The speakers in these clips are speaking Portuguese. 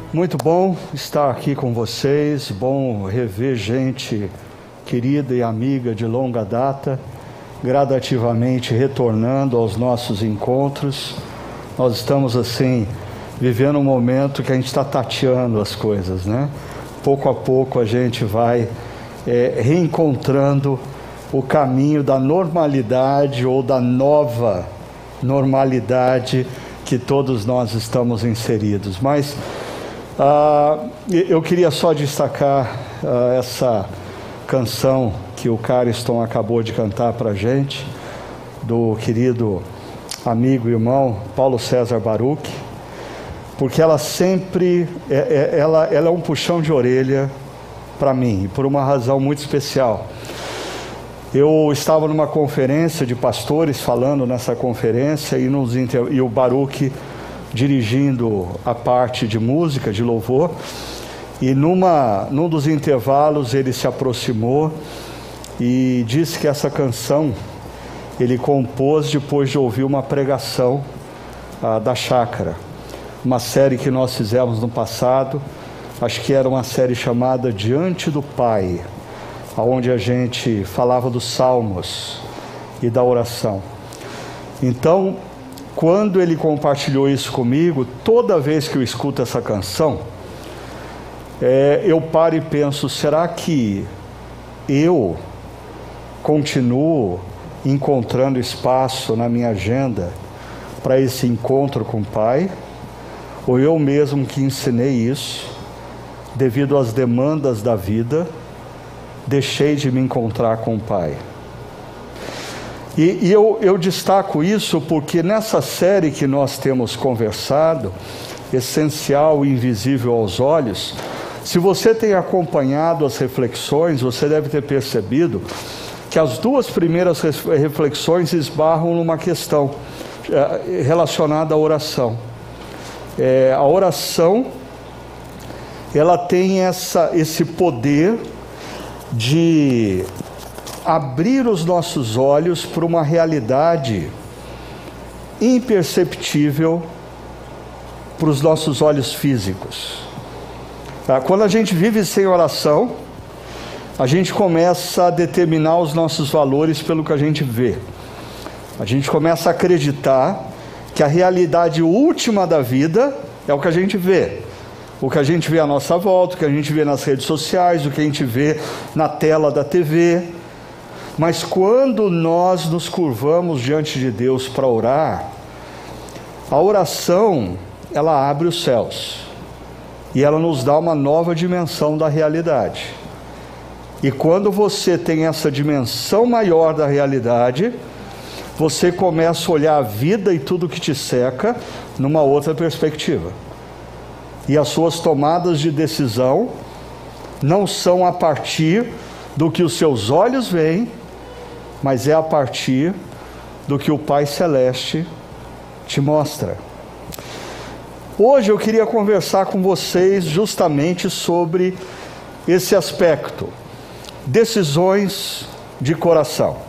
Muito bom estar aqui com vocês, bom rever gente querida e amiga de longa data, gradativamente retornando aos nossos encontros. Nós estamos assim, vivendo um momento que a gente está tateando as coisas, né? Pouco a pouco a gente vai reencontrando o caminho da normalidade ou da nova normalidade que todos nós estamos inseridos. Mas eu queria só destacar essa canção que o Cariston acabou de cantar para a gente, do querido amigo e irmão Paulo César Baruch, porque ela sempre, ela é um puxão de orelha para mim, e por uma razão muito especial. Eu estava numa conferência de pastores, falando nessa conferência, e o Baruch dirigindo a parte de música, de louvor, e num dos intervalos ele se aproximou e disse que essa canção ele compôs depois de ouvir uma pregação da Chácara, uma série que nós fizemos no passado, acho que era uma série chamada Diante do Pai, onde a gente falava dos salmos e da oração. Então, quando ele compartilhou isso comigo, toda vez que eu escuto essa canção, eu paro e penso, será que eu continuo encontrando espaço na minha agenda para esse encontro com o Pai? Ou eu mesmo que ensinei isso, devido às demandas da vida, deixei de me encontrar com o Pai? E eu destaco isso porque nessa série que nós temos conversado, Essencial e Invisível aos Olhos, se você tem acompanhado as reflexões, você deve ter percebido que as duas primeiras reflexões esbarram numa questão relacionada à oração. A oração, ela tem esse poder de abrir os nossos olhos para uma realidade imperceptível para os nossos olhos físicos. Quando a gente vive sem oração, a gente começa a determinar os nossos valores pelo que a gente vê. A gente começa a acreditar que a realidade última da vida é o que a gente vê. O que a gente vê à nossa volta, o que a gente vê nas redes sociais, o que a gente vê na tela da TV. Mas quando nós nos curvamos diante de Deus para orar, a oração, ela abre os céus. E ela nos dá uma nova dimensão da realidade. E quando você tem essa dimensão maior da realidade, você começa a olhar a vida e tudo que te cerca numa outra perspectiva. E as suas tomadas de decisão não são a partir do que os seus olhos veem, mas é a partir do que o Pai Celeste te mostra. Hoje eu queria conversar com vocês justamente sobre esse aspecto, decisões de coração.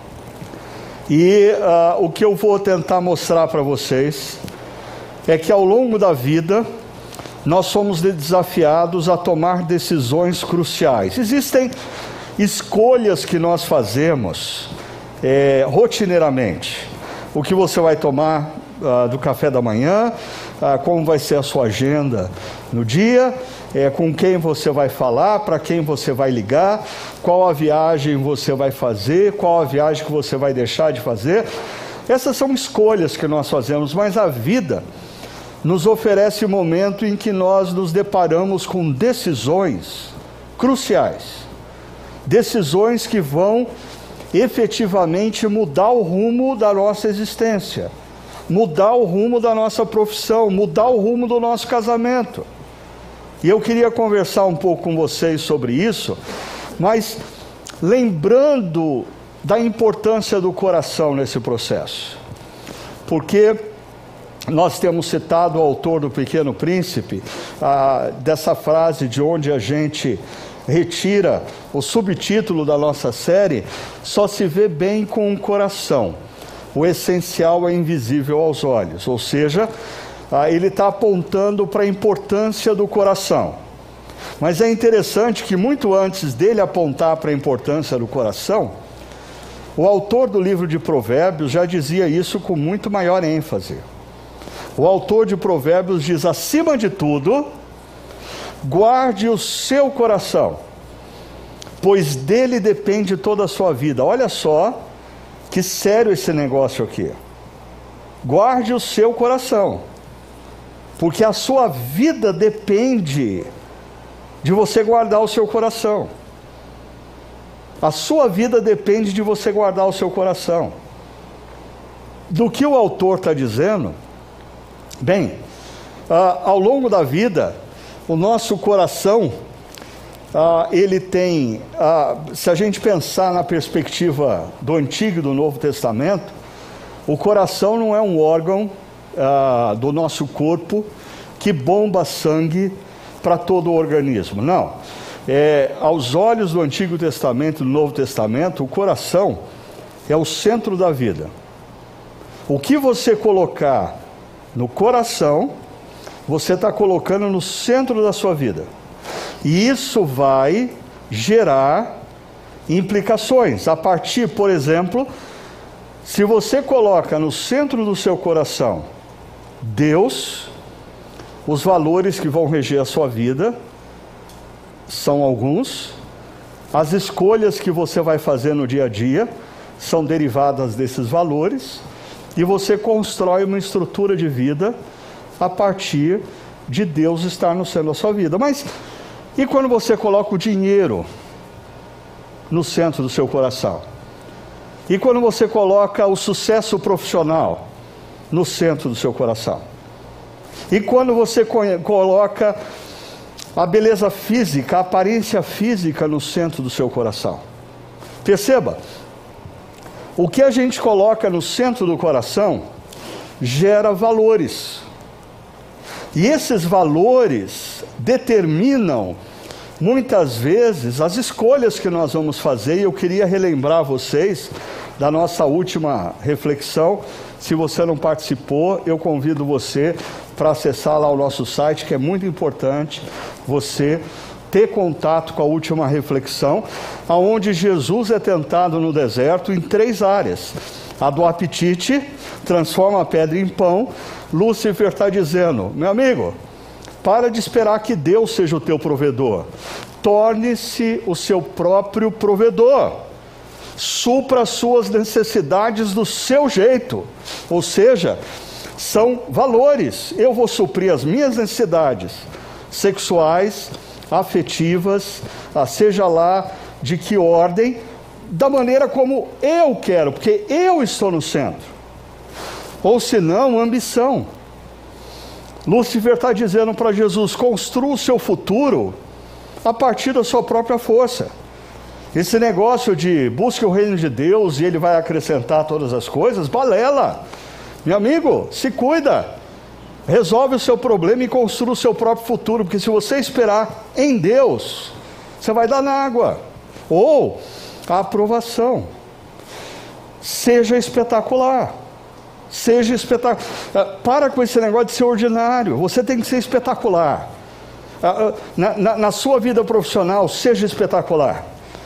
E o que eu vou tentar mostrar para vocês é que ao longo da vida nós somos desafiados a tomar decisões cruciais. Existem escolhas que nós fazemos rotineiramente. O que você vai tomar do café da manhã, como vai ser a sua agenda no dia, com quem você vai falar, para quem você vai ligar, qual a viagem você vai fazer, qual a viagem que você vai deixar de fazer. Essas são escolhas que nós fazemos, mas a vida nos oferece um momento em que nós nos deparamos com decisões cruciais, decisões que vão efetivamente mudar o rumo da nossa existência, mudar o rumo da nossa profissão, mudar o rumo do nosso casamento. E eu queria conversar um pouco com vocês sobre isso, mas lembrando da importância do coração nesse processo, porque nós temos citado o autor do Pequeno Príncipe, dessa frase de onde a gente retira o subtítulo da nossa série, só se vê bem com o coração. O essencial é invisível aos olhos, ou seja, ele está apontando para a importância do coração. Mas é interessante que muito antes dele apontar para a importância do coração, o autor do livro de Provérbios já dizia isso com muito maior ênfase. O autor de Provérbios diz: acima de tudo, guarde o seu coração, pois dele depende toda a sua vida. Olha só que sério esse negócio aqui. Guarde o seu coração, porque a sua vida depende de você guardar o seu coração. A sua vida depende de você guardar o seu coração. Do que o autor está dizendo? Bem, ao longo da vida, o nosso coração, ele tem, se a gente pensar na perspectiva do Antigo e do Novo Testamento, o coração não é um órgão do nosso corpo que bomba sangue para todo o organismo. Não. Aos olhos do Antigo Testamento e do Novo Testamento, o coração é o centro da vida. O que você colocar no coração, você está colocando no centro da sua vida. E isso vai gerar implicações. A partir, por exemplo, se você coloca no centro do seu coração Deus, os valores que vão reger a sua vida são alguns. As escolhas que você vai fazer no dia a dia são derivadas desses valores. E você constrói uma estrutura de vida a partir de Deus estar no centro da sua vida. Mas e quando você coloca o dinheiro no centro do seu coração? E quando você coloca o sucesso profissional no centro do seu coração? E quando você coloca a beleza física, a aparência física no centro do seu coração? Perceba, o que a gente coloca no centro do coração gera valores. E esses valores determinam, muitas vezes, as escolhas que nós vamos fazer. E eu queria relembrar vocês da nossa última reflexão. Se você não participou, eu convido você para acessar lá o nosso site, que é muito importante você ter contato com a última reflexão, aonde Jesus é tentado no deserto em 3 áreas. A do apetite, transforma a pedra em pão. Lúcifer está dizendo: meu amigo, para de esperar que Deus seja o teu provedor. Torne-se o seu próprio provedor. Supra as suas necessidades do seu jeito. Ou seja, são valores. Eu vou suprir as minhas necessidades sexuais, afetivas, seja lá de que ordem, da maneira como eu quero, porque eu estou no centro. Ou se não, ambição. Lúcifer está dizendo para Jesus: construa o seu futuro a partir da sua própria força. Esse negócio de busque o reino de Deus e ele vai acrescentar todas as coisas, balela. Meu amigo, se cuida. Resolve o seu problema e construa o seu próprio futuro, porque se você esperar em Deus, você vai dar na água. Ou a aprovação. Seja espetacular. Seja espetacular. Para com esse negócio de ser ordinário. Você tem que ser espetacular. Na sua vida profissional, seja espetacular.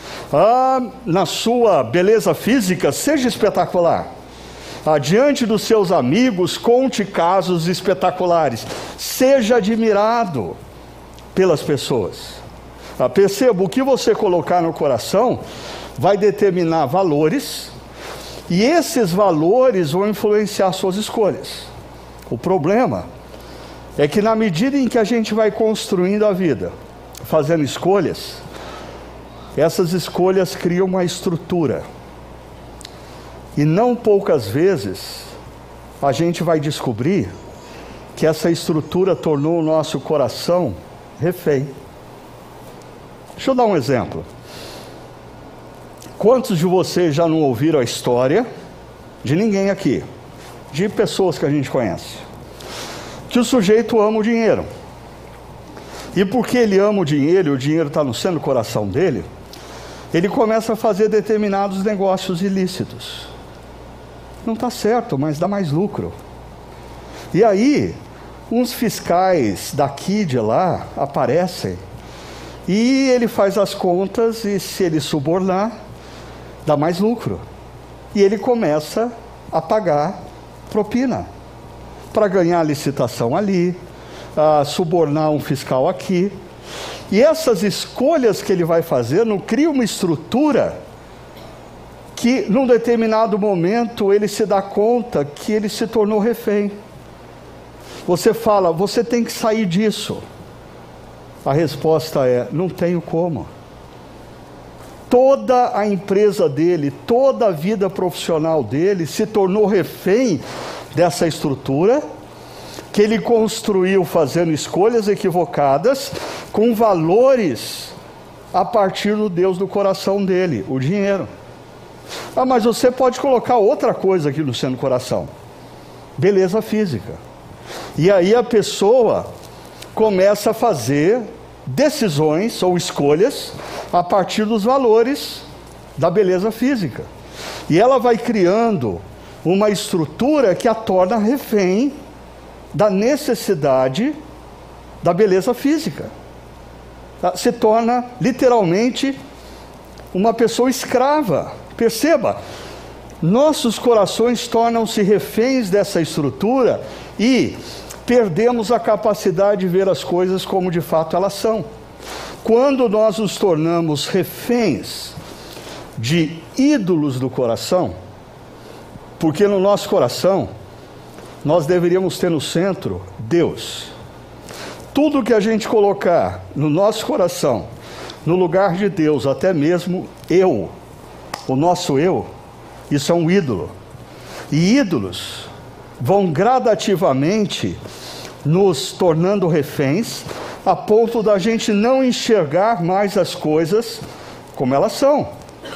Na sua beleza física, seja espetacular. Diante dos seus amigos, conte casos espetaculares. Seja admirado pelas pessoas. Perceba, o que você colocar no coração vai determinar valores, e esses valores vão influenciar suas escolhas. O problema é que na medida em que a gente vai construindo a vida, fazendo escolhas, essas escolhas criam uma estrutura. E não poucas vezes a gente vai descobrir que essa estrutura tornou o nosso coração refém. Deixa eu dar um exemplo. Quantos de vocês já não ouviram a história de ninguém aqui, de pessoas que a gente conhece, que o sujeito ama o dinheiro, e porque ele ama o dinheiro está no centro do coração dele, ele começa a fazer determinados negócios ilícitos. Não está certo, mas dá mais lucro. E aí, uns fiscais daqui e de lá aparecem, e ele faz as contas, e se ele subornar, dá mais lucro. E ele começa a pagar propina, para ganhar a licitação ali, a subornar um fiscal aqui. E essas escolhas que ele vai fazer não cria uma estrutura que, num determinado momento, ele se dá conta que ele se tornou refém. Você fala, você tem que sair disso. A resposta é, não tenho como. Toda a empresa dele, toda a vida profissional dele se tornou refém dessa estrutura que ele construiu fazendo escolhas equivocadas, com valores a partir do Deus do coração dele, o dinheiro. Ah, mas você pode colocar outra coisa aqui no seu coração. Beleza física. E aí a pessoa começa a fazer decisões ou escolhas a partir dos valores da beleza física. E ela vai criando uma estrutura que a torna refém da necessidade da beleza física. Se torna literalmente uma pessoa escrava. Perceba, nossos corações tornam-se reféns dessa estrutura e perdemos a capacidade de ver as coisas como de fato elas são. Quando nós nos tornamos reféns de ídolos do coração, porque no nosso coração nós deveríamos ter no centro Deus. Tudo que a gente colocar no nosso coração, no lugar de Deus, até mesmo eu, o nosso eu, isso é um ídolo. E ídolos vão gradativamente nos tornando reféns, a ponto da gente não enxergar mais as coisas como elas são.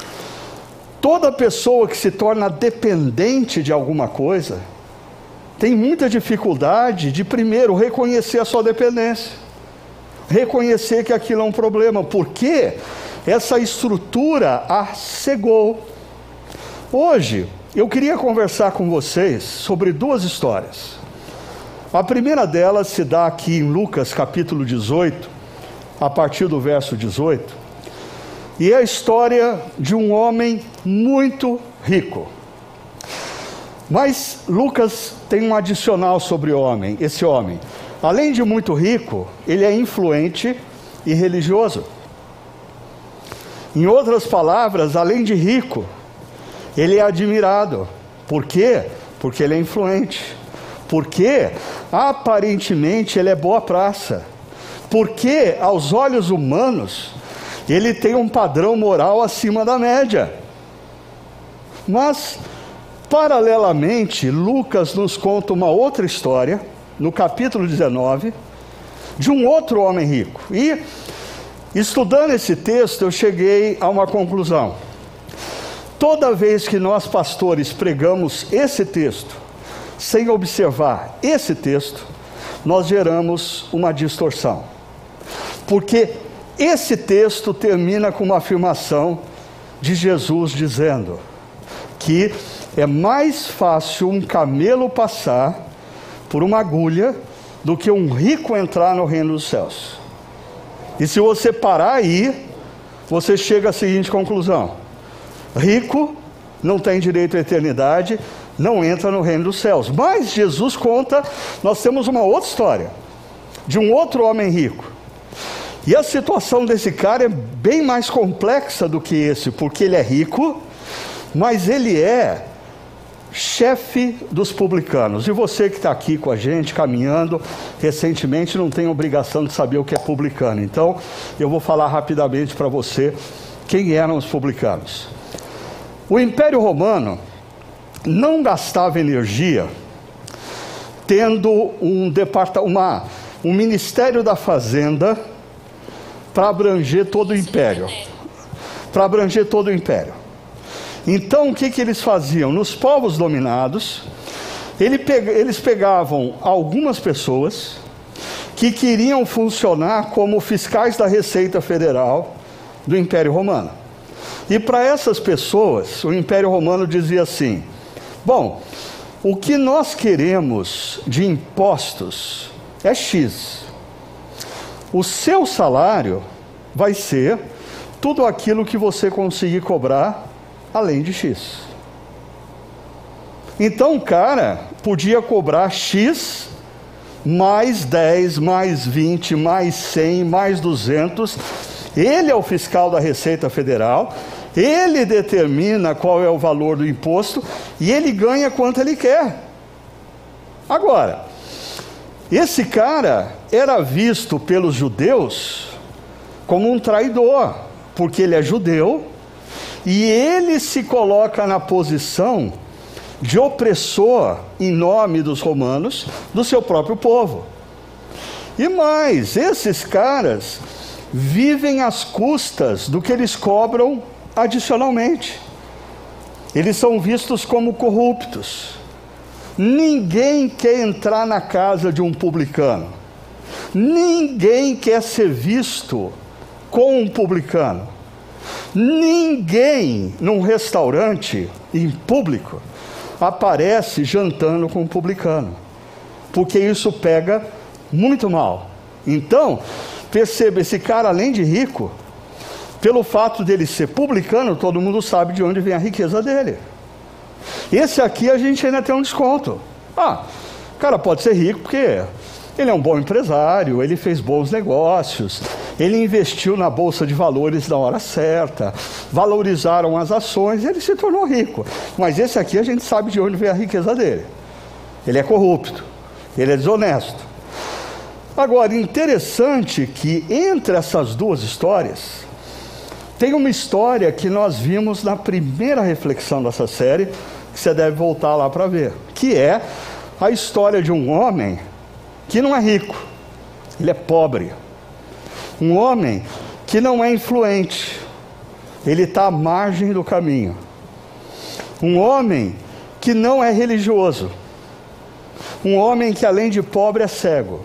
Toda pessoa que se torna dependente de alguma coisa tem muita dificuldade de, primeiro, reconhecer a sua dependência, reconhecer que aquilo é um problema, porque essa estrutura a cegou. Hoje eu queria conversar com vocês sobre duas histórias. A primeira delas se dá aqui em Lucas capítulo 18, a partir do verso 18, e é a história de um homem muito rico. Mas Lucas tem um adicional sobre esse homem. Além de muito rico, ele é influente e religioso. Em outras palavras, além de rico, ele é admirado. Por quê? Porque ele é influente. Porque, aparentemente, ele é boa praça. Porque, aos olhos humanos, ele tem um padrão moral acima da média. Mas, paralelamente, Lucas nos conta uma outra história, no capítulo 19, de um outro homem rico. E, estudando esse texto, eu cheguei a uma conclusão. Toda vez que nós, pastores, pregamos esse texto, sem observar esse texto, nós geramos uma distorção. Porque esse texto termina com uma afirmação de Jesus dizendo que é mais fácil um camelo passar por uma agulha do que um rico entrar no reino dos céus. E se você parar aí, você chega à seguinte conclusão: rico não tem direito à eternidade, não entra no reino dos céus. Mas Jesus conta, nós temos uma outra história, de um outro homem rico. E a situação desse cara é bem mais complexa do que esse, porque ele é rico, mas ele é chefe dos publicanos. E você que está aqui com a gente, caminhando recentemente, não tem obrigação de saber o que é publicano. Então, eu vou falar rapidamente para você quem eram os publicanos. O Império Romano não gastava energia tendo um Ministério da Fazenda para abranger todo o Império. Então, o que eles faziam? Nos povos dominados, eles pegavam algumas pessoas que queriam funcionar como fiscais da Receita Federal do Império Romano. E para essas pessoas, o Império Romano dizia assim: bom, o que nós queremos de impostos é X. O seu salário vai ser tudo aquilo que você conseguir cobrar além de X. Então o cara podia cobrar X mais 10, mais 20, mais 100, mais 200. Ele é o fiscal da Receita Federal, ele determina qual é o valor do imposto e ele ganha quanto ele quer. Agora, esse cara era visto pelos judeus como um traidor, porque ele é judeu e ele se coloca na posição de opressor em nome dos romanos, do seu próprio povo. E mais, esses caras vivem às custas do que eles cobram adicionalmente. Eles são vistos como corruptos. Ninguém quer entrar na casa de um publicano. Ninguém quer ser visto com um publicano. Ninguém num restaurante em público aparece jantando com um publicano, porque isso pega muito mal. Então, perceba, esse cara, além de rico, pelo fato dele ser publicano, todo mundo sabe de onde vem a riqueza dele. Esse aqui a gente ainda tem um desconto. O cara pode ser rico porque ele é um bom empresário, ele fez bons negócios, ele investiu na bolsa de valores na hora certa, valorizaram as ações e ele se tornou rico. Mas esse aqui a gente sabe de onde vem a riqueza dele. Ele é corrupto, ele é desonesto. Agora, interessante que entre essas duas histórias, tem uma história que nós vimos na primeira reflexão dessa série, que você deve voltar lá para ver, que é a história de um homem que não é rico, ele é pobre. Um homem que não é influente, ele está à margem do caminho. Um homem que não é religioso. Um homem que, além de pobre, é cego.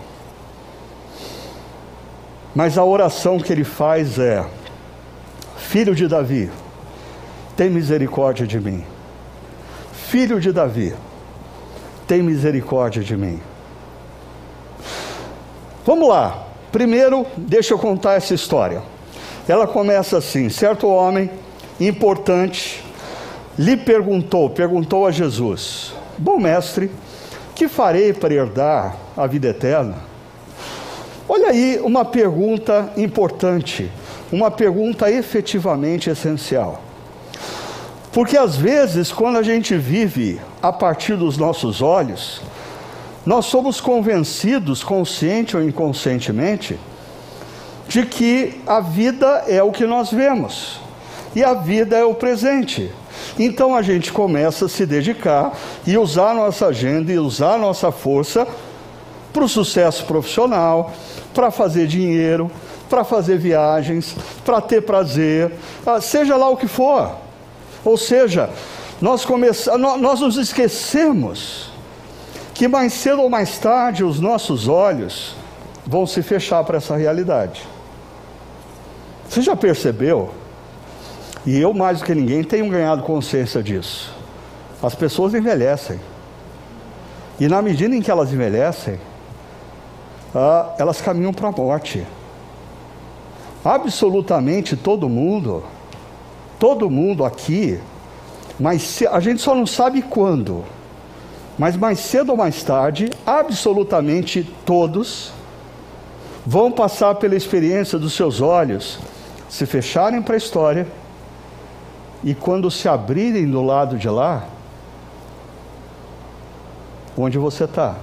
Mas a oração que ele faz é: Filho de Davi, tem misericórdia de mim. Filho de Davi, tem misericórdia de mim. Vamos lá. Primeiro, deixa eu contar essa história. Ela começa assim: certo homem importante lhe perguntou a Jesus: bom mestre, que farei para herdar a vida eterna? Olha aí uma pergunta importante, uma pergunta efetivamente essencial. Porque às vezes, quando a gente vive a partir dos nossos olhos, nós somos convencidos, consciente ou inconscientemente, de que a vida é o que nós vemos, e a vida é o presente. Então a gente começa a se dedicar e usar a nossa agenda e usar a nossa força para o sucesso profissional, para fazer dinheiro, para fazer viagens, para ter prazer, seja lá o que for. Ou seja, nós nos esquecemos que mais cedo ou mais tarde os nossos olhos vão se fechar para essa realidade. Você já percebeu? E eu, mais do que ninguém, tenho ganhado consciência disso. As pessoas envelhecem. E na medida em que elas envelhecem, elas caminham para a morte. Absolutamente todo mundo aqui, mas a gente só não sabe quando. Mas mais cedo ou mais tarde, absolutamente todos vão passar pela experiência dos seus olhos se fecharem para a história, e quando se abrirem do lado de lá, onde você está?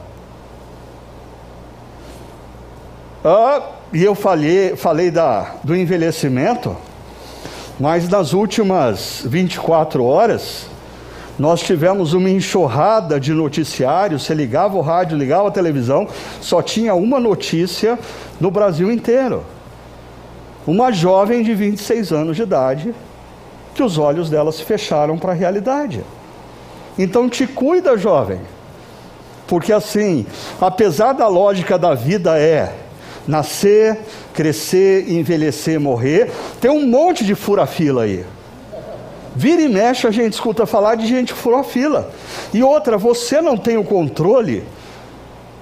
E eu falei do envelhecimento, mas nas últimas 24 horas, nós tivemos uma enxurrada de noticiários. Você ligava o rádio, ligava a televisão, só tinha uma notícia no Brasil inteiro. Uma jovem de 26 anos de idade, que os olhos dela se fecharam para a realidade. Então te cuida, jovem, porque assim, apesar da lógica da vida nascer, crescer, envelhecer, morrer, tem um monte de fura-fila aí. Vira e mexe a gente escuta falar de gente que furou a fila. E outra, você não tem o controle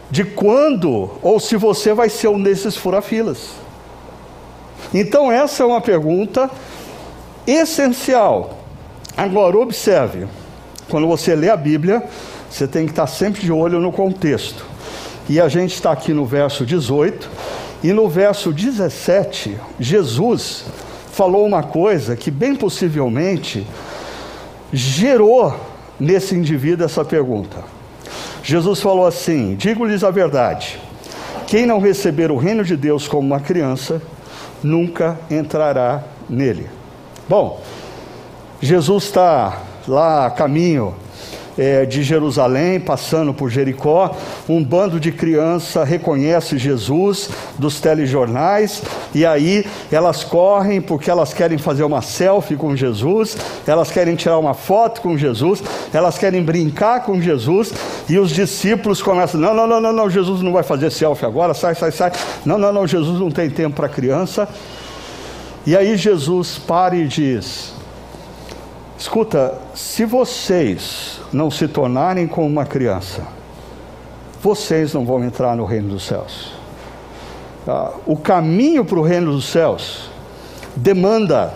de quando ou se você vai ser um desses fura-filas. Então essa é uma pergunta essencial. Agora observe, quando você lê a Bíblia, você tem que estar sempre de olho no contexto. E a gente está aqui no verso 18, e no verso 17, Jesus falou uma coisa que bem possivelmente gerou nesse indivíduo essa pergunta. Jesus falou assim: digo-lhes a verdade, quem não receber o reino de Deus como uma criança, nunca entrará nele. Bom, Jesus está lá a caminho de Jerusalém, passando por Jericó. Um bando de crianças reconhece Jesus dos telejornais, e aí elas correm porque elas querem fazer uma selfie com Jesus, elas querem tirar uma foto com Jesus, elas querem brincar com Jesus, e os discípulos começam: não, Jesus não vai fazer selfie agora, sai, não, Jesus não tem tempo para criança. E aí Jesus para e diz: escuta, se vocês não se tornarem como uma criança, vocês não vão entrar no reino dos céus. O caminho para o reino dos céus demanda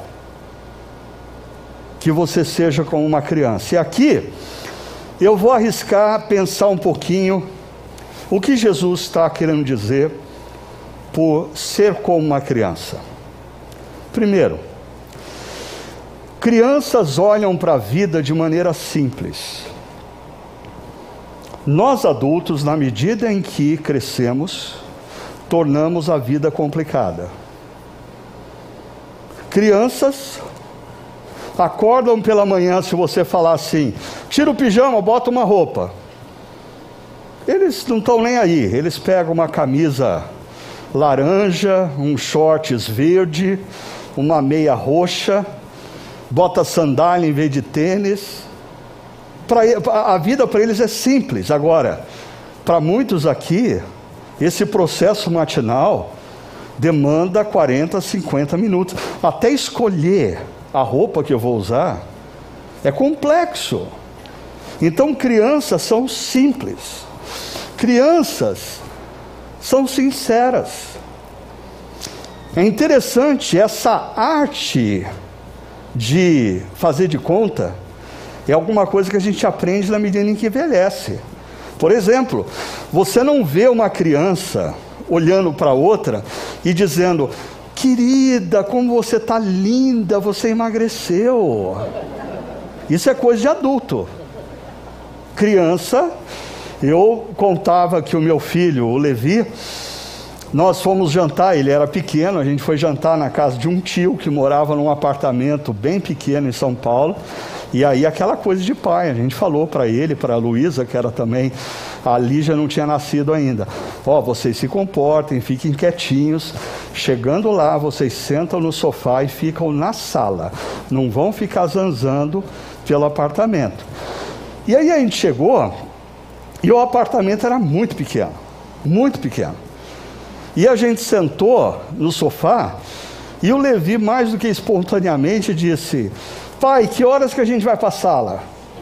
que você seja como uma criança. E aqui eu vou arriscar pensar um pouquinho o que Jesus está querendo dizer por ser como uma criança. Primeiro, crianças olham para a vida de maneira simples. Nós adultos, na medida em que crescemos, tornamos a vida complicada. Crianças acordam pela manhã, se você falar assim: tira o pijama, bota uma roupa. Eles não estão nem aí, eles pegam uma camisa laranja, um shorts verde, uma meia roxa, bota sandália em vez de tênis. A vida para eles é simples. Agora, para muitos aqui, esse processo matinal demanda 40, 50 minutos. Até escolher a roupa que eu vou usar é complexo. Então, crianças são simples. Crianças são sinceras. É interessante essa arte de fazer de conta. É alguma coisa que a gente aprende na medida em que envelhece. Por exemplo, você não vê uma criança olhando para outra e dizendo: querida, como você está linda, você emagreceu. Isso é coisa de adulto. Criança, eu contava que o meu filho, o Levi, nós fomos jantar, ele era pequeno, a gente foi jantar na casa de um tio que morava num apartamento bem pequeno em São Paulo. E aí aquela coisa de pai, a gente falou para ele, para a Luísa, que era também, a Lígia não tinha nascido ainda: vocês se comportem, fiquem quietinhos, chegando lá, vocês sentam no sofá e ficam na sala, não vão ficar zanzando pelo apartamento. E aí a gente chegou, e o apartamento era muito pequeno, muito pequeno. E a gente sentou no sofá, e o Levi, mais do que espontaneamente, disse: pai, que horas que a gente vai para a sala?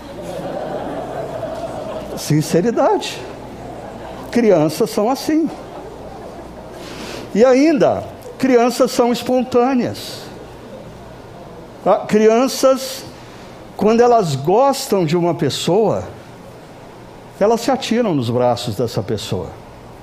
Sinceridade. Crianças são assim. E ainda, crianças são espontâneas. Crianças, quando elas gostam de uma pessoa, elas se atiram nos braços dessa pessoa.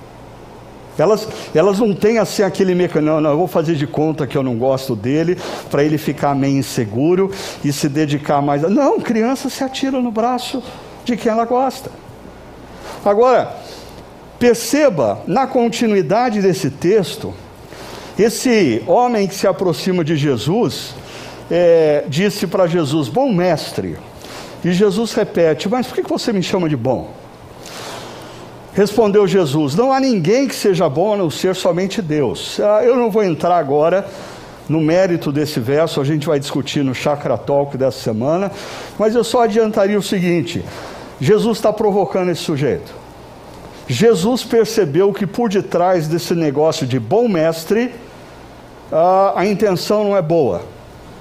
Elas não têm assim aquele mecanismo: não, eu vou fazer de conta que eu não gosto dele, para ele ficar meio inseguro e se dedicar mais. Não, criança se atira no braço de quem ela gosta. Agora, perceba, na continuidade desse texto, esse homem que se aproxima de Jesus, disse para Jesus: bom mestre. E Jesus repete: mas por que você me chama de bom? Respondeu Jesus: não há ninguém que seja bom a não ser somente Deus. Eu não vou entrar agora no mérito desse verso, a gente vai discutir no Chakra Talk dessa semana, mas eu só adiantaria o seguinte: Jesus está provocando esse sujeito. Jesus percebeu que por detrás desse negócio de bom mestre, a intenção não é boa.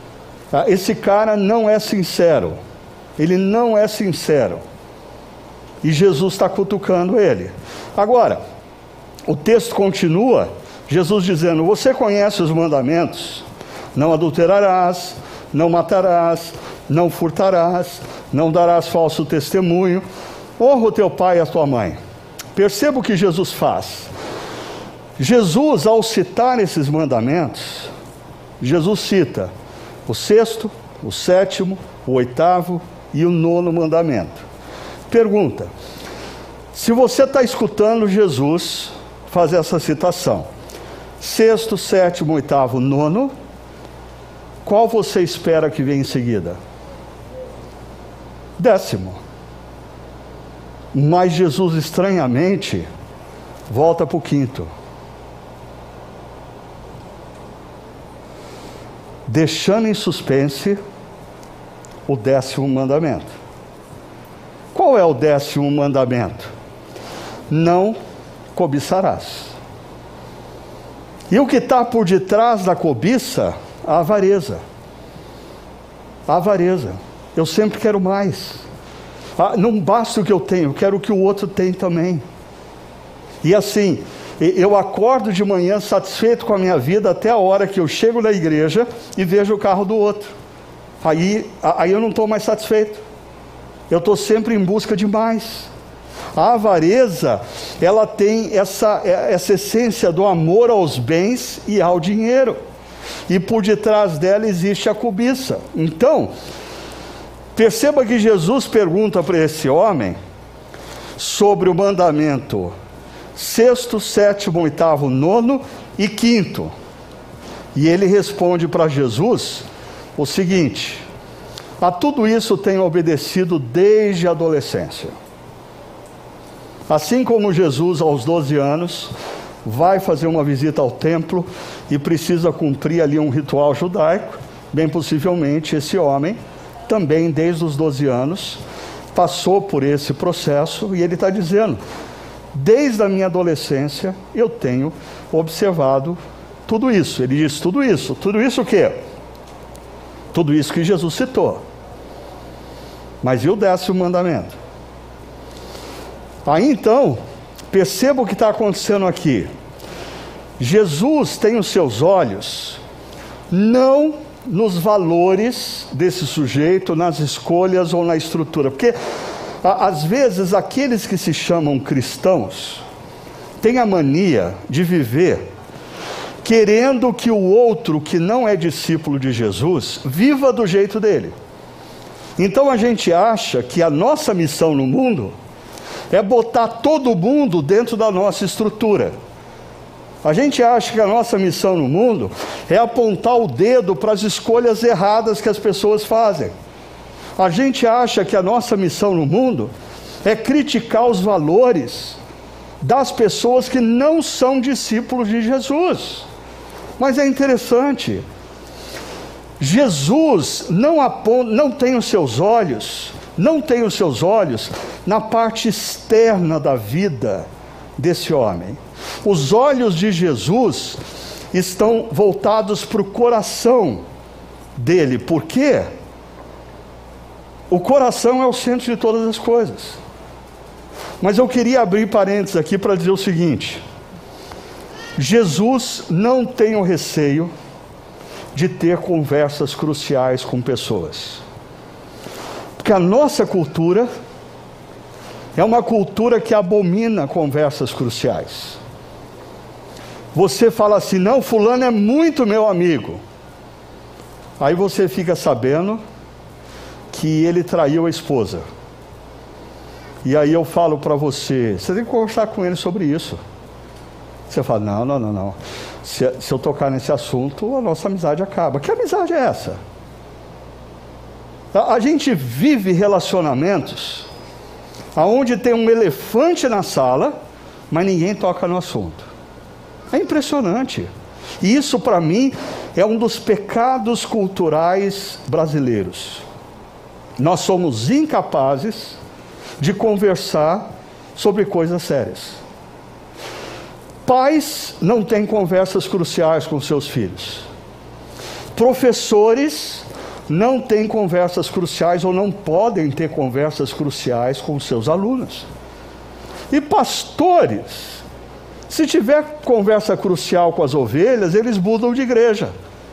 Esse cara não é sincero. Ele não é sincero. E Jesus está cutucando ele. Agora, o texto continua, Jesus dizendo: você conhece os mandamentos? Não adulterarás, não matarás, não furtarás, não darás falso testemunho, honra o teu pai e a tua mãe. Perceba o que Jesus faz. Jesus, ao citar esses mandamentos, Jesus cita o 6º, o 7º, o 8º e o 9º mandamento. Pergunta: se você está escutando Jesus fazer essa citação, 6º, 7º, 8º, 9º, qual você espera que venha em seguida? 10º. Mas Jesus, estranhamente, volta para o 5º. Deixando em suspense o 10º mandamento. Qual é o 10º mandamento? Não cobiçarás. E o que está por detrás da cobiça? A avareza. A avareza. Eu sempre quero mais. Não basta o que eu tenho, eu quero o que o outro tem também. E assim, eu acordo de manhã satisfeito com a minha vida até a hora que eu chego na igreja e vejo o carro do outro. Aí eu não estou mais satisfeito. Eu estou sempre em busca de mais. A avareza, ela tem essa essência do amor aos bens e ao dinheiro. E por detrás dela existe a cobiça. Então, perceba que Jesus pergunta para esse homem sobre o mandamento 6º, 7º, 8º, 9º e 5º. E ele responde para Jesus o seguinte: a tudo isso tenho obedecido desde a adolescência. Assim como Jesus, aos 12 anos, vai fazer uma visita ao templo e precisa cumprir ali um ritual judaico, bem possivelmente esse homem também, desde os 12 anos, passou por esse processo, e ele está dizendo: desde a minha adolescência eu tenho observado tudo isso. Ele diz tudo isso o quê? Tudo isso que Jesus citou. Mas e o 10º mandamento? Aí então, perceba o que está acontecendo aqui. Jesus tem os seus olhos não nos valores desse sujeito, nas escolhas ou na estrutura, porque às vezes aqueles que se chamam cristãos têm a mania de viver querendo que o outro que não é discípulo de Jesus viva do jeito dele. Então a gente acha que a nossa missão no mundo é botar todo mundo dentro da nossa estrutura. A gente acha que a nossa missão no mundo é apontar o dedo para as escolhas erradas que as pessoas fazem. A gente acha que a nossa missão no mundo é criticar os valores das pessoas que não são discípulos de Jesus. Mas é interessante, Jesus não tem os seus olhos na parte externa da vida desse homem. Os olhos de Jesus estão voltados para o coração dele. Por quê? O coração é o centro de todas as coisas. Mas eu queria abrir parênteses aqui para dizer o seguinte: Jesus não tem o receio de ter conversas cruciais com pessoas. Porque a nossa cultura é uma cultura que abomina conversas cruciais. Você fala assim: não, fulano é muito meu amigo. Aí você fica sabendo que ele traiu a esposa. E aí eu falo para você: você tem que conversar com ele sobre isso. Você fala: não. Se eu tocar nesse assunto, a nossa amizade acaba. Que amizade é essa? A gente vive relacionamentos onde tem um elefante na sala, mas ninguém toca no assunto. É impressionante. E isso, para mim, é um dos pecados culturais brasileiros. Nós somos incapazes de conversar sobre coisas sérias. Pais não têm conversas cruciais com seus filhos. Professores não têm conversas cruciais ou não podem ter conversas cruciais com os seus alunos. E pastores, se tiver conversa crucial com as ovelhas, eles mudam de igreja.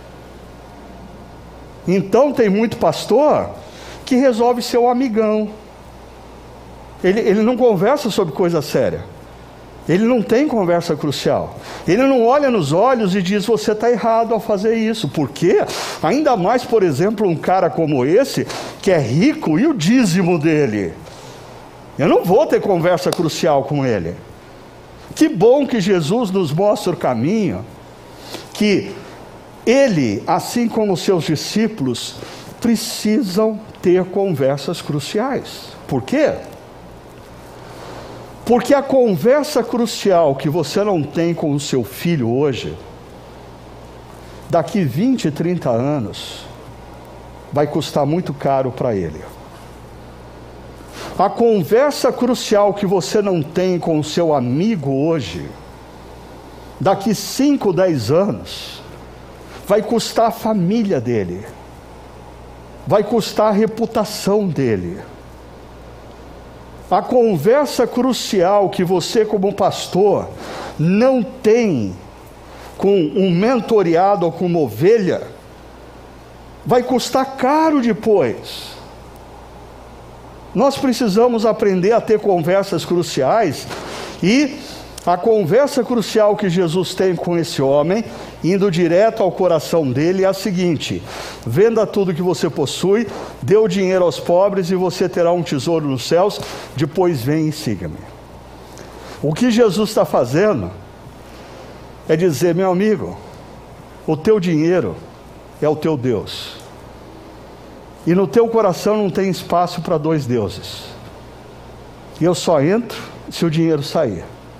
Então tem muito pastor que resolve ser um amigão. Ele não conversa sobre coisa séria. Ele não tem conversa crucial. Ele não olha nos olhos e diz: você está errado ao fazer isso. Por quê? Ainda mais, por exemplo, um cara como esse, que é rico, e o dízimo dele? Eu não vou ter conversa crucial com ele. Que bom que Jesus nos mostra o caminho, que ele, assim como os seus discípulos, precisam ter conversas cruciais. Por quê? Porque a conversa crucial que você não tem com o seu filho hoje, daqui 20, 30 anos, vai custar muito caro para ele. A conversa crucial que você não tem com o seu amigo hoje, daqui 5, 10 anos, vai custar a família dele, vai custar a reputação dele. A conversa crucial que você, como pastor, não tem com um mentoreado ou com uma ovelha, vai custar caro depois. Nós precisamos aprender a ter conversas cruciais, e a conversa crucial que Jesus tem com esse homem, indo direto ao coração dele, é a seguinte: venda tudo que você possui, dê o dinheiro aos pobres e você terá um tesouro nos céus, depois vem e siga-me. O que Jesus está fazendo é dizer: meu amigo, o teu dinheiro é o teu Deus, e no teu coração não tem espaço para dois deuses, e eu só entro se o dinheiro sair.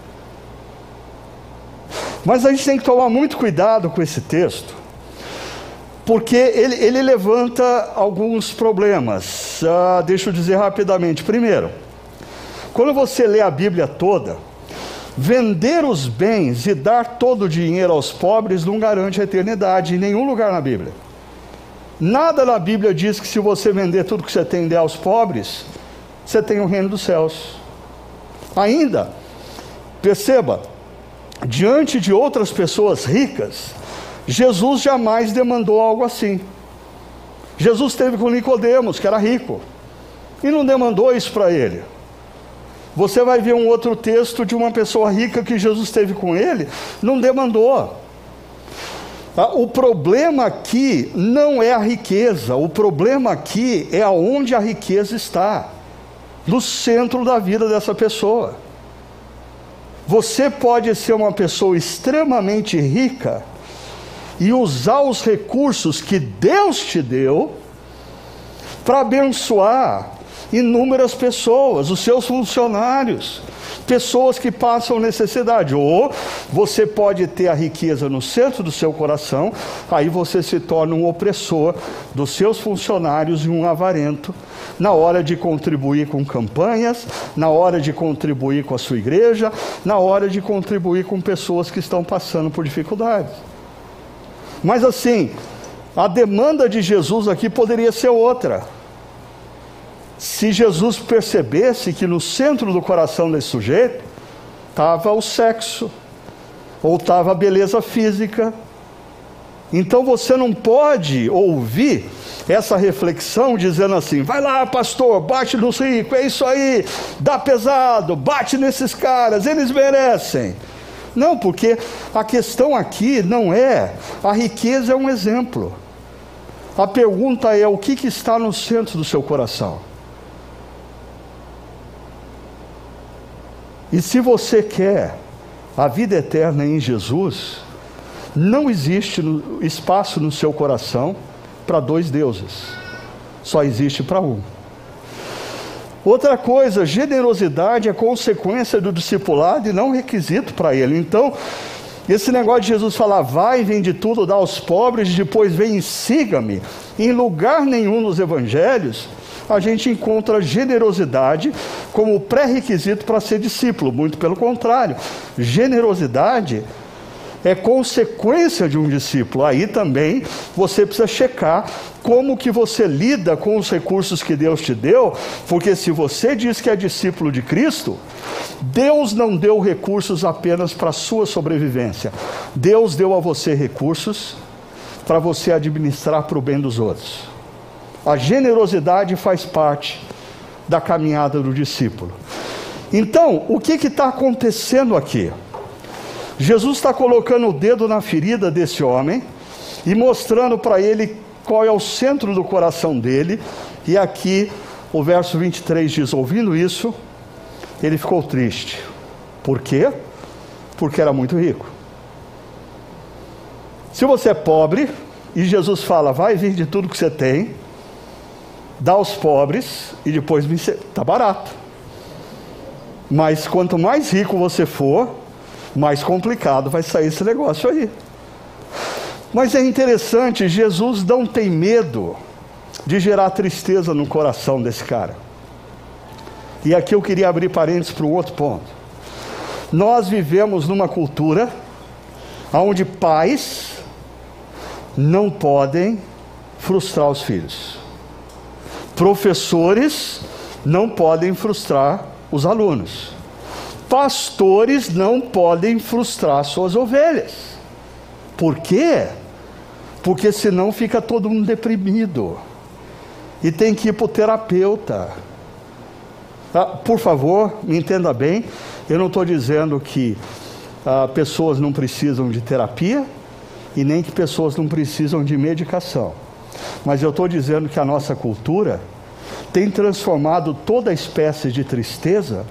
Mas a gente tem que tomar muito cuidado com esse texto, porque ele levanta alguns problemas. Deixa eu dizer rapidamente. Primeiro, quando você lê a Bíblia toda, vender os bens e dar todo o dinheiro aos pobres não garante a eternidade em nenhum lugar na Bíblia. Nada na Bíblia diz que se você vender tudo que você tem e der aos pobres, você tem o reino dos céus. Ainda, perceba, diante de outras pessoas ricas, Jesus jamais demandou algo assim. Jesus esteve com Nicodemos, que era rico, e não demandou isso para ele. Você vai ver um outro texto de uma pessoa rica que Jesus esteve com ele, não demandou. O problema aqui não é a riqueza, o problema aqui é aonde a riqueza está, no centro da vida dessa pessoa. Você pode ser uma pessoa extremamente rica e usar os recursos que Deus te deu para abençoar inúmeras pessoas, os seus funcionários, pessoas que passam necessidade. Ou você pode ter a riqueza no centro do seu coração, aí você se torna um opressor dos seus funcionários e um avarento na hora de contribuir com campanhas, na hora de contribuir com a sua igreja, na hora de contribuir com pessoas que estão passando por dificuldades. Mas assim, a demanda de Jesus aqui poderia ser outra. Se Jesus percebesse que no centro do coração desse sujeito estava o sexo, ou estava a beleza física, então você não pode ouvir essa reflexão dizendo assim: vai lá, pastor, bate nos ricos, é isso aí, dá pesado, bate nesses caras, eles merecem. Não, porque a questão aqui não é, a riqueza é um exemplo. A pergunta é: o que está no centro do seu coração? E se você quer a vida eterna em Jesus, não existe espaço no seu coração para dois deuses, só existe para um. Outra coisa, generosidade é consequência do discipulado e não requisito para ele. Então, esse negócio de Jesus falar: vai, vende tudo, dá aos pobres, depois vem e siga-me, em lugar nenhum nos evangelhos a gente encontra generosidade como pré-requisito para ser discípulo. Muito pelo contrário, generosidade é consequência de um discípulo. Aí também você precisa checar como que você lida com os recursos que Deus te deu, porque se você diz que é discípulo de Cristo, Deus não deu recursos apenas para a sua sobrevivência. Deus deu a você recursos para você administrar para o bem dos outros. A generosidade faz parte da caminhada do discípulo. Então, o que está acontecendo aqui? Jesus está colocando o dedo na ferida desse homem e mostrando para ele qual é o centro do coração dele. E aqui o verso 23 diz: ouvindo isso, ele ficou triste. Por quê? Porque era muito rico. Se você é pobre e Jesus fala, vai vende tudo que você tem, dá aos pobres e depois me... Está barato. Mas quanto mais rico você for, mais complicado vai sair esse negócio aí. Mas é interessante, Jesus não tem medo de gerar tristeza no coração desse cara. E aqui eu queria abrir parênteses para um outro ponto. Nós vivemos numa cultura onde pais não podem frustrar os filhos. Professores não podem frustrar os alunos. Pastores não podem frustrar suas ovelhas. Por quê? Porque senão fica todo mundo deprimido e tem que ir para o terapeuta. Por favor, me entenda bem, eu não estou dizendo que pessoas não precisam de terapia e nem que pessoas não precisam de medicação, mas eu estou dizendo que a nossa cultura tem transformado toda espécie de tristeza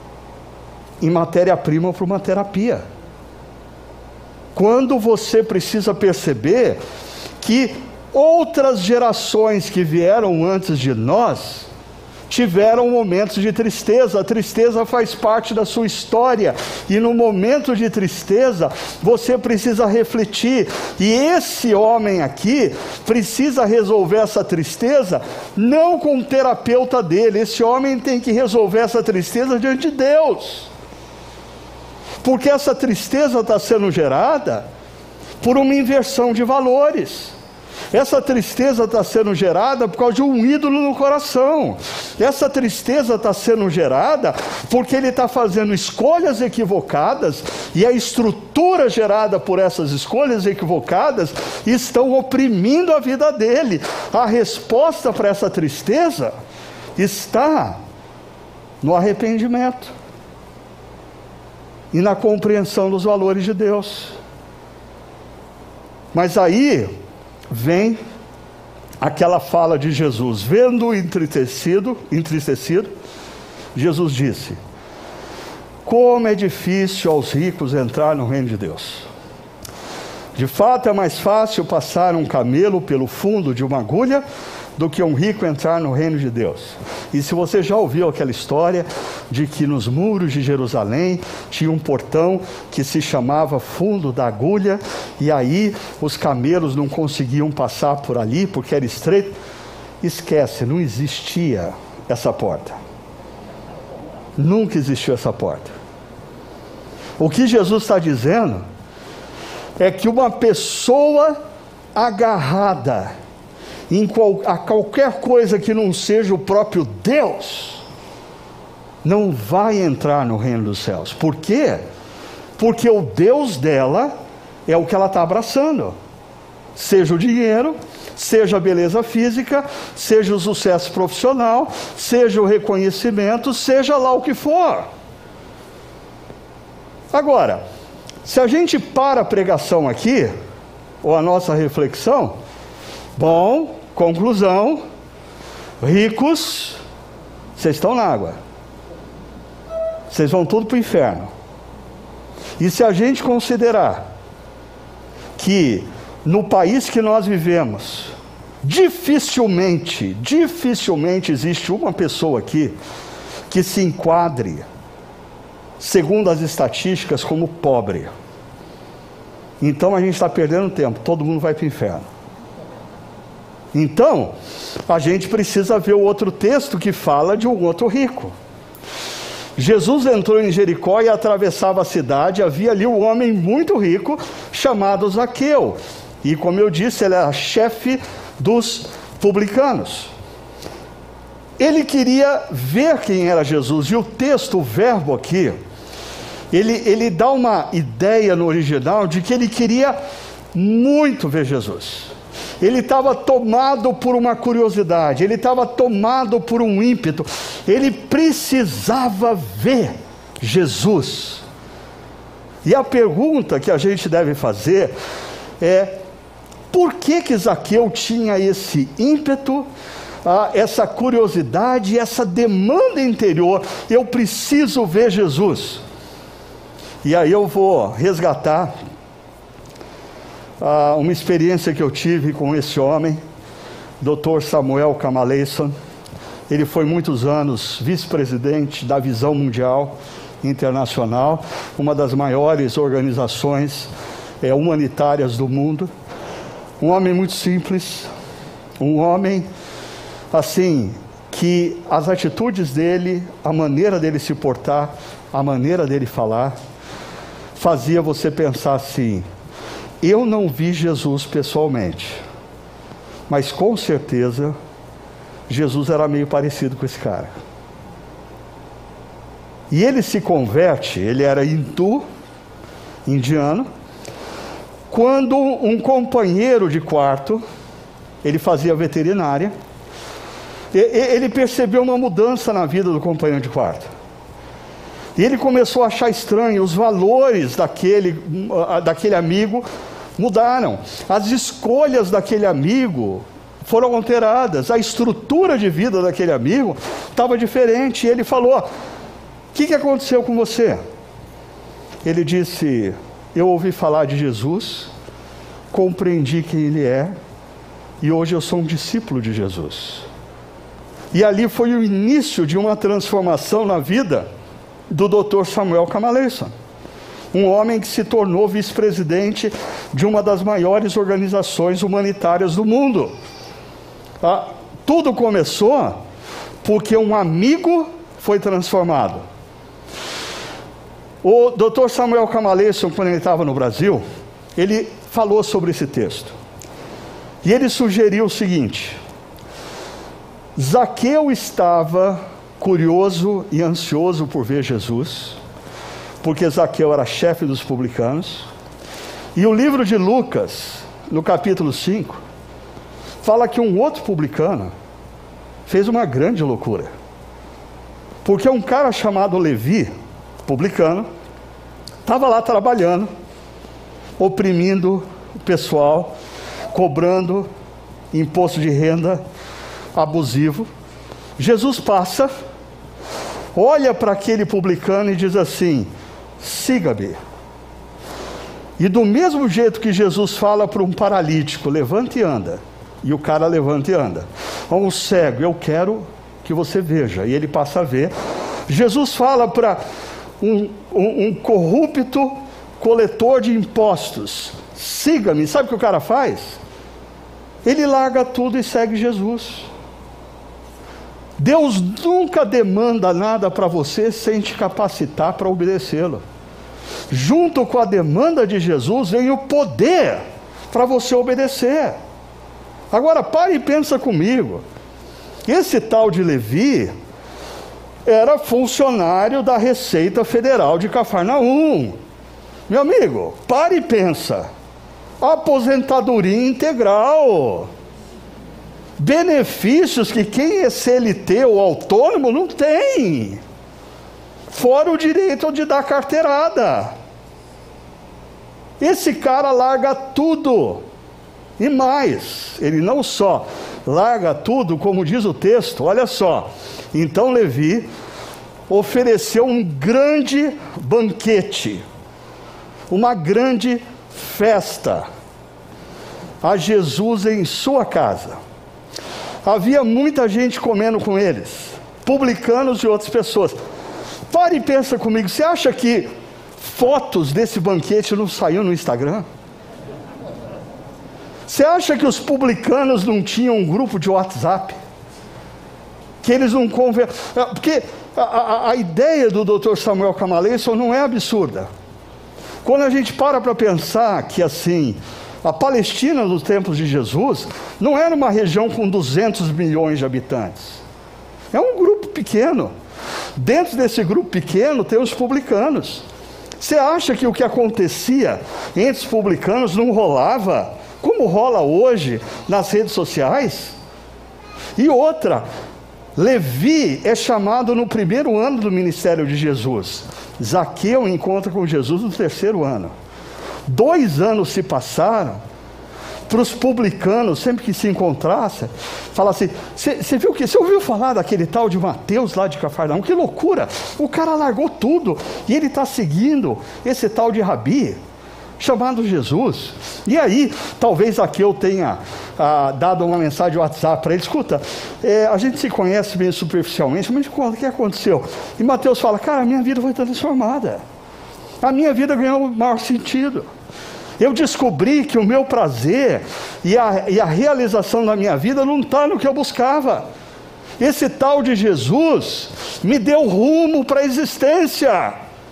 em matéria-prima para uma terapia. Quando você precisa perceber que outras gerações que vieram antes de nós tiveram momentos de tristeza. A tristeza faz parte da sua história, e no momento de tristeza você precisa refletir, e esse homem aqui precisa resolver essa tristeza não com o terapeuta dele. Esse homem tem que resolver essa tristeza diante de Deus, porque essa tristeza está sendo gerada por uma inversão de valores. Essa tristeza está sendo gerada por causa de um ídolo no coração. Essa tristeza está sendo gerada porque ele está fazendo escolhas equivocadas, e a estrutura gerada por essas escolhas equivocadas estão oprimindo a vida dele. A resposta para essa tristeza está no arrependimento e na compreensão dos valores de Deus. Mas aí vem aquela fala de Jesus. Vendo-o entristecido, Jesus disse: como é difícil aos ricos entrar no reino de Deus. De fato é mais fácil passar um camelo pelo fundo de uma agulha do que um rico entrar no reino de Deus. E se você já ouviu aquela história de que nos muros de Jerusalém tinha um portão que se chamava fundo da agulha, e aí os camelos não conseguiam passar por ali porque era estreito, esquece, não existia essa porta. Nunca existiu essa porta. O que Jesus está dizendo é que uma pessoa agarrada a qualquer coisa que não seja o próprio Deus não vai entrar no reino dos céus. Por quê? Porque o Deus dela é o que ela está abraçando. Seja o dinheiro, seja a beleza física, seja o sucesso profissional, seja o reconhecimento, seja lá o que for. Agora, se a gente para a pregação aqui, ou a nossa reflexão, bom, conclusão, ricos, vocês estão na água. Vocês vão tudo para o inferno. E se a gente considerar que no país que nós vivemos, dificilmente existe uma pessoa aqui que se enquadre, segundo as estatísticas, como pobre. Então a gente está perdendo tempo, todo mundo vai para o inferno. Então, a gente precisa ver o outro texto que fala de um outro rico. Jesus entrou em Jericó e atravessava a cidade. Havia ali um homem muito rico chamado Zaqueu. E como eu disse, ele era chefe dos publicanos. Ele queria ver quem era Jesus. E o texto, o verbo aqui, ele dá uma ideia no original de que ele queria muito ver Jesus. Ele estava tomado por uma curiosidade, ele estava tomado por um ímpeto, ele precisava ver Jesus. E a pergunta que a gente deve fazer é: por que Zaqueu tinha esse ímpeto, essa curiosidade, essa demanda interior? Eu preciso ver Jesus. E aí eu vou resgatar uma experiência que eu tive com esse homem, Dr. Samuel Kamaleison. Ele foi muitos anos vice-presidente da Visão Mundial Internacional, uma das maiores organizações humanitárias do mundo. Um homem muito simples, um homem assim, que as atitudes dele, a maneira dele se portar, a maneira dele falar, fazia você pensar assim: eu não vi Jesus pessoalmente, mas com certeza Jesus era meio parecido com esse cara. E ele se converte, ele era indiano, quando um companheiro de quarto, ele fazia veterinária, ele percebeu uma mudança na vida do companheiro de quarto. E ele começou a achar estranho, os valores daquele amigo mudaram, as escolhas daquele amigo foram alteradas, a estrutura de vida daquele amigo estava diferente. E ele falou: o que aconteceu com você? Ele disse: eu ouvi falar de Jesus, compreendi quem ele é, e hoje eu sou um discípulo de Jesus. E ali foi o início de uma transformação na vida do Dr. Samuel Kamaleison, um homem que se tornou vice-presidente de uma das maiores organizações humanitárias do mundo. Tudo começou porque um amigo foi transformado. O Dr. Samuel Kamaleison, quando ele estava no Brasil, ele falou sobre esse texto. E ele sugeriu o seguinte: Zaqueu estava curioso e ansioso por ver Jesus, porque Zaqueu era chefe dos publicanos. E o livro de Lucas, no capítulo 5, fala que um outro publicano fez uma grande loucura, porque um cara chamado Levi, publicano, estava lá trabalhando, oprimindo o pessoal, cobrando imposto de renda abusivo. Jesus passa, olha para aquele publicano e diz assim: siga-me. E do mesmo jeito que Jesus fala para um paralítico: levante e anda, e o cara levanta e anda. A um cego: eu quero que você veja, e ele passa a ver. Jesus fala para um corrupto coletor de impostos: siga-me. Sabe o que o cara faz? Ele larga tudo e segue Jesus. Deus nunca demanda nada para você sem te capacitar para obedecê-lo. Junto com a demanda de Jesus vem o poder para você obedecer. Agora pare e pensa comigo. Esse tal de Levi era funcionário da Receita Federal de Cafarnaum. Meu amigo, pare e pensa. Aposentadoria integral, benefícios que quem é CLT ou autônomo não tem, fora o direito de dar carteirada. Esse cara larga tudo, e mais, ele não só larga tudo, como diz o texto, olha só: então Levi ofereceu um grande banquete, uma grande festa a Jesus em sua casa. Havia muita gente comendo com eles, publicanos e outras pessoas. Pare e pensa comigo, você acha que fotos desse banquete não saíram no Instagram? Você acha que os publicanos não tinham um grupo de WhatsApp? Que eles não conversam? Porque a ideia do Dr. Samuel Kamaleison não é absurda. Quando a gente para pensar que assim, a Palestina nos tempos de Jesus não era uma região com 200 milhões de habitantes. É um grupo pequeno. Dentro desse grupo pequeno tem os publicanos. Você acha que o que acontecia entre os publicanos não rolava como rola hoje nas redes sociais? E outra, Levi é chamado no primeiro ano do ministério de Jesus. Zaqueu encontra com Jesus no terceiro ano. 2 anos se passaram. Para os publicanos, sempre que se encontrassem, fala assim: você viu que? Você ouviu falar daquele tal de Mateus lá de Cafarnaum? Que loucura! O cara largou tudo e ele está seguindo esse tal de Rabi, chamado Jesus. E aí, talvez Zaqueu tenha dado uma mensagem de WhatsApp para ele: escuta, a gente se conhece bem superficialmente, mas o que aconteceu? E Mateus fala: cara, a minha vida foi transformada, a minha vida ganhou maior sentido. Eu descobri que o meu prazer e a realização da minha vida não está no que eu buscava. Esse tal de Jesus me deu rumo para a existência.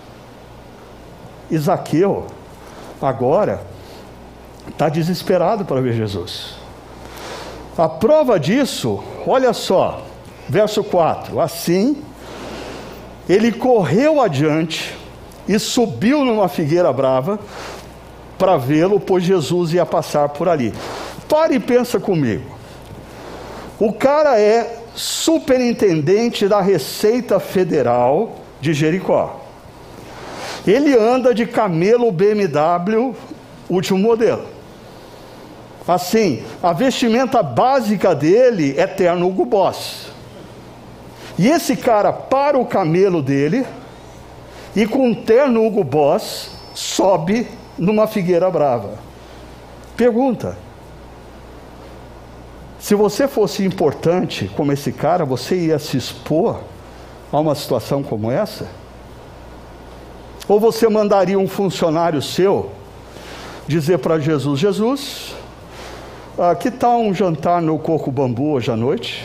E Zaqueu agora está desesperado para ver Jesus. A prova disso, olha só, verso 4: assim, ele correu adiante e subiu numa figueira brava para vê-lo, pois Jesus ia passar por ali. Pare e pensa comigo. O cara é superintendente da Receita Federal de Jericó. Ele anda de camelo BMW último modelo. Assim, a vestimenta básica dele é terno Hugo Boss. E esse cara para o camelo dele e com um terno Hugo Boss sobe numa figueira brava. Pergunta: se você fosse importante como esse cara, você ia se expor a uma situação como essa? Ou você mandaria um funcionário seu dizer para Jesus: Jesus, que tal um jantar no Coco Bambu hoje à noite?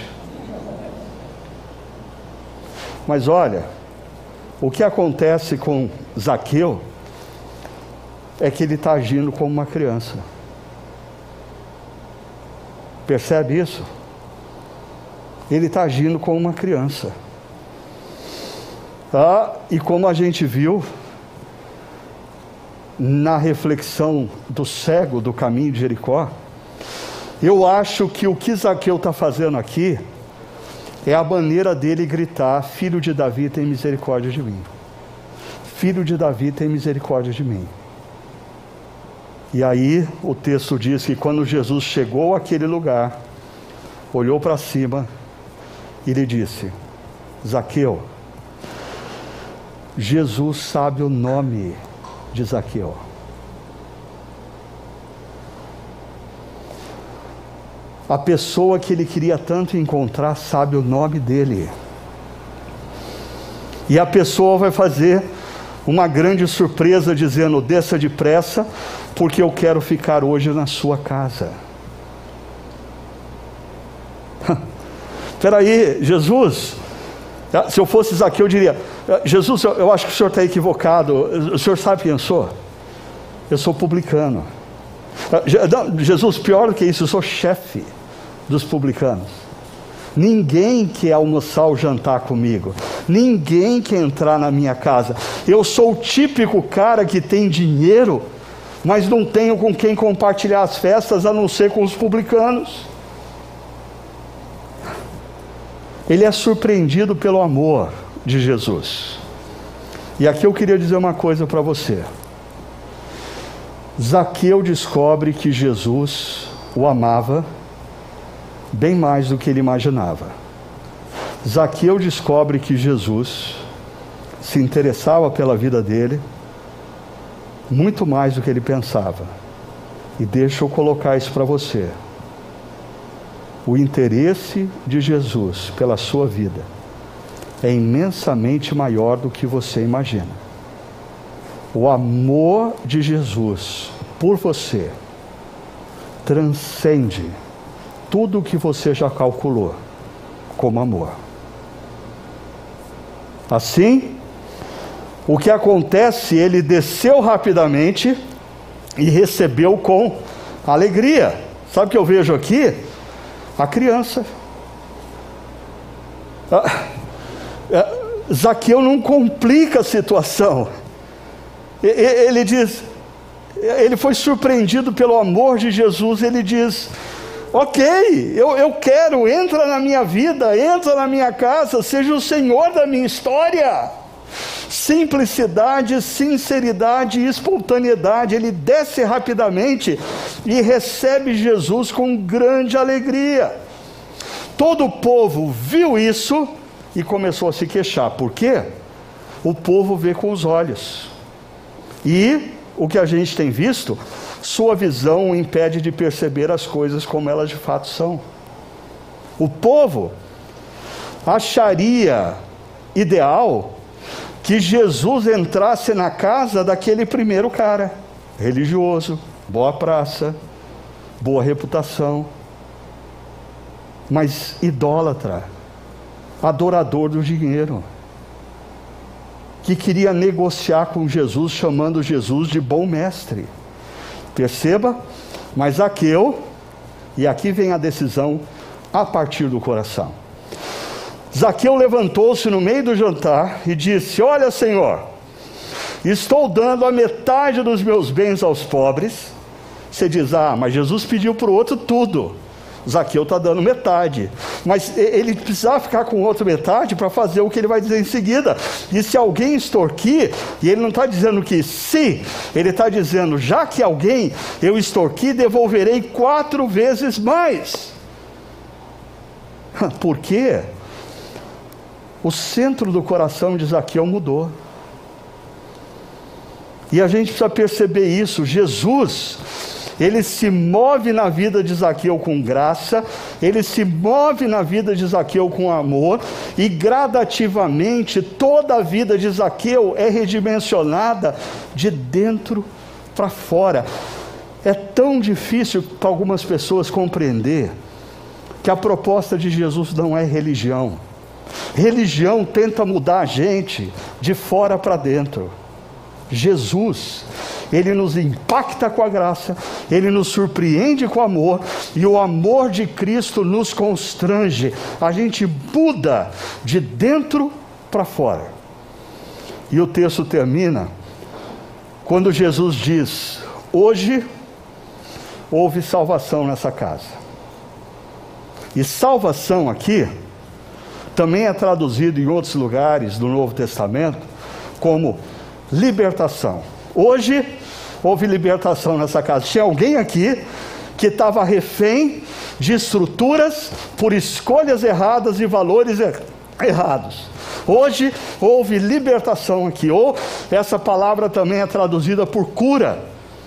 Mas olha, o que acontece com Zaqueu é que ele está agindo como uma criança. Percebe isso? Ele está agindo como uma criança. E como a gente viu na reflexão do cego do caminho de Jericó, eu acho que o que Zaqueu está fazendo aqui é a maneira dele gritar: filho de Davi, tem misericórdia de mim. Filho de Davi, tem misericórdia de mim. E aí o texto diz que quando Jesus chegou àquele lugar, olhou para cima e lhe disse: Zaqueu. Jesus sabe o nome de Zaqueu. A pessoa que ele queria tanto encontrar sabe o nome dele. E a pessoa vai fazer uma grande surpresa dizendo: desça depressa, porque eu quero ficar hoje na sua casa. Espera aí, Jesus, se eu fosse Zaqueu, eu diria: Jesus, eu acho que o senhor está equivocado. O senhor sabe quem eu sou? Eu sou publicano. Jesus, pior do que isso, eu sou chefe dos publicanos. Ninguém quer almoçar ou jantar comigo. Ninguém quer entrar na minha casa. Eu sou o típico cara que tem dinheiro, mas não tenho com quem compartilhar as festas, a não ser com os publicanos. Ele é surpreendido pelo amor de Jesus. E aqui eu queria dizer uma coisa para você. Zaqueu descobre que Jesus o amava bem mais do que ele imaginava. Zaqueu descobre que Jesus se interessava pela vida dele muito mais do que ele pensava. E deixa eu colocar isso para você. O interesse de Jesus pela sua vida é imensamente maior do que você imagina. O amor de Jesus por você transcende tudo o que você já calculou como amor. Assim, o que acontece? Ele desceu rapidamente e recebeu com alegria. Sabe o que eu vejo aqui? A criança. Zaqueu não complica a situação. Ele diz, ele foi surpreendido pelo amor de Jesus. Ele diz: ok, eu quero, entra na minha vida, entra na minha casa, seja o Senhor da minha história. Simplicidade, sinceridade e espontaneidade. Ele desce rapidamente e recebe Jesus com grande alegria. Todo o povo viu isso e começou a se queixar. Por quê? O povo vê com os olhos. E o que a gente tem visto, sua visão o impede de perceber as coisas como elas de fato são. O povo acharia ideal que Jesus entrasse na casa daquele primeiro cara, religioso, boa praça, boa reputação, mas idólatra, adorador do dinheiro, que queria negociar com Jesus, chamando Jesus de bom mestre. Perceba? Mas Zaqueu, e aqui vem a decisão a partir do coração. Zaqueu levantou-se no meio do jantar e disse: olha, Senhor, estou dando a metade dos meus bens aos pobres. Você diz: ah, mas Jesus pediu para o outro tudo. Zaqueu está dando metade, mas ele precisava ficar com outra metade para fazer o que ele vai dizer em seguida. E se alguém extorquir, e ele não está dizendo que se, ele está dizendo: já que alguém eu extorqui, devolverei 4 vezes mais. Por quê? O centro do coração de Zaqueu mudou. E a gente precisa perceber isso. Jesus, ele se move na vida de Zaqueu com graça, ele se move na vida de Zaqueu com amor, e gradativamente toda a vida de Zaqueu é redimensionada de dentro para fora. É tão difícil para algumas pessoas compreender que a proposta de Jesus não é religião. Religião tenta mudar a gente de fora para dentro. Jesus, ele nos impacta com a graça, ele nos surpreende com o amor, e o amor de Cristo nos constrange. A gente muda de dentro para fora. E o texto termina quando Jesus diz: hoje houve salvação nessa casa. E salvação aqui também é traduzido em outros lugares do Novo Testamento como libertação. Hoje houve libertação nessa casa. Tinha alguém aqui que estava refém de estruturas por escolhas erradas e valores errados. Hoje houve libertação aqui. Ou essa palavra também é traduzida por cura.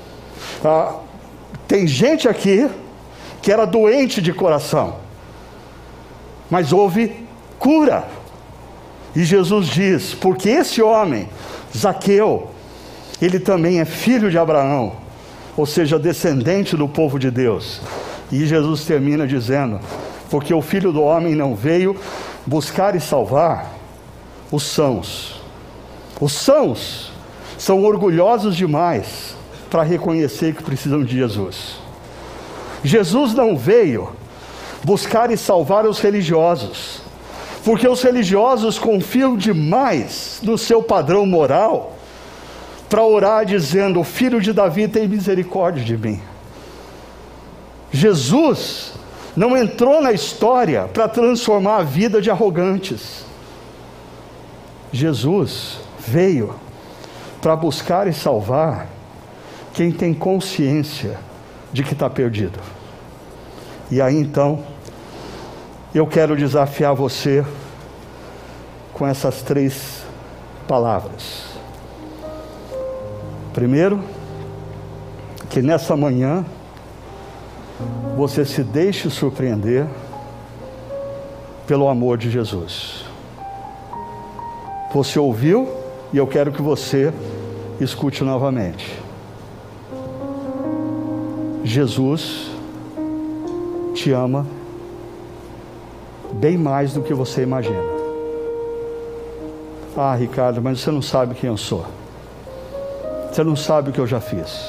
Tem gente aqui que era doente de coração, mas houve cura. E Jesus diz: porque esse homem, Zaqueu, ele também é filho de Abraão, ou seja, descendente do povo de Deus. E Jesus termina dizendo: porque o Filho do Homem não veio buscar e salvar os sãos. Os sãos são orgulhosos demais para reconhecer que precisam de Jesus. Jesus não veio buscar e salvar os religiosos, porque os religiosos confiam demais no seu padrão moral para orar dizendo: o filho de Davi tem misericórdia de mim. Jesus não entrou na história para transformar a vida de arrogantes. Jesus veio para buscar e salvar quem tem consciência de que está perdido. E aí então, eu quero desafiar você com essas 3 palavras. Primeiro, que nessa manhã você se deixe surpreender pelo amor de Jesus. Você ouviu, e eu quero que você escute novamente. Jesus te ama bem mais do que você imagina. Ah, Ricardo, mas você não sabe quem eu sou. Você não sabe o que eu já fiz.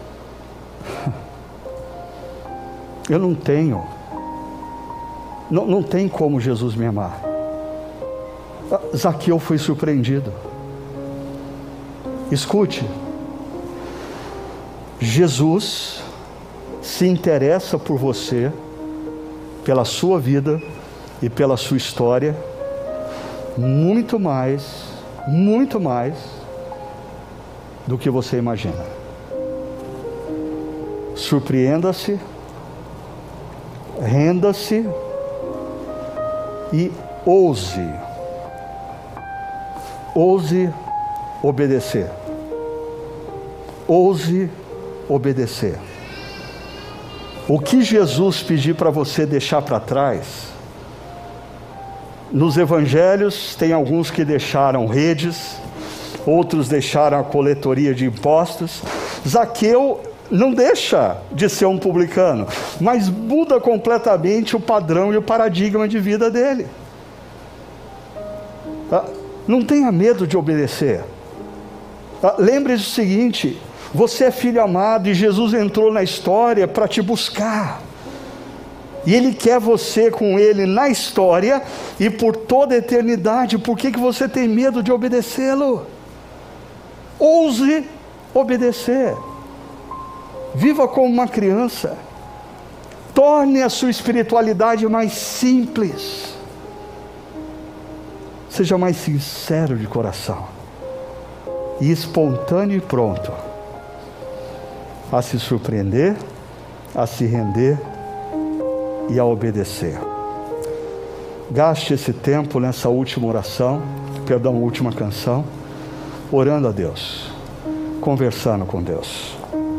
Eu não tenho. Não tem como Jesus me amar. Zaqueu foi surpreendido. Escute. Jesus se interessa por você, pela sua vida e pela sua história, muito mais do que você imagina. Surpreenda-se, renda-se e ouse obedecer. Ouse obedecer. O que Jesus pedir para você deixar para trás, nos evangelhos tem alguns que deixaram redes, outros deixaram a coletoria de impostos. Zaqueu não deixa de ser um publicano, mas muda completamente o padrão e o paradigma de vida dele. Não tenha medo de obedecer. Lembre-se do seguinte: você é filho amado e Jesus entrou na história para te buscar. E Ele quer você com Ele na história e por toda a eternidade. Por que você tem medo de obedecê-lo? Ouse obedecer. Viva como uma criança. Torne a sua espiritualidade mais simples. Seja mais sincero de coração. E espontâneo e pronto a se surpreender, a se render e a obedecer. Gaste esse tempo nessa última última canção, orando a Deus, conversando com Deus.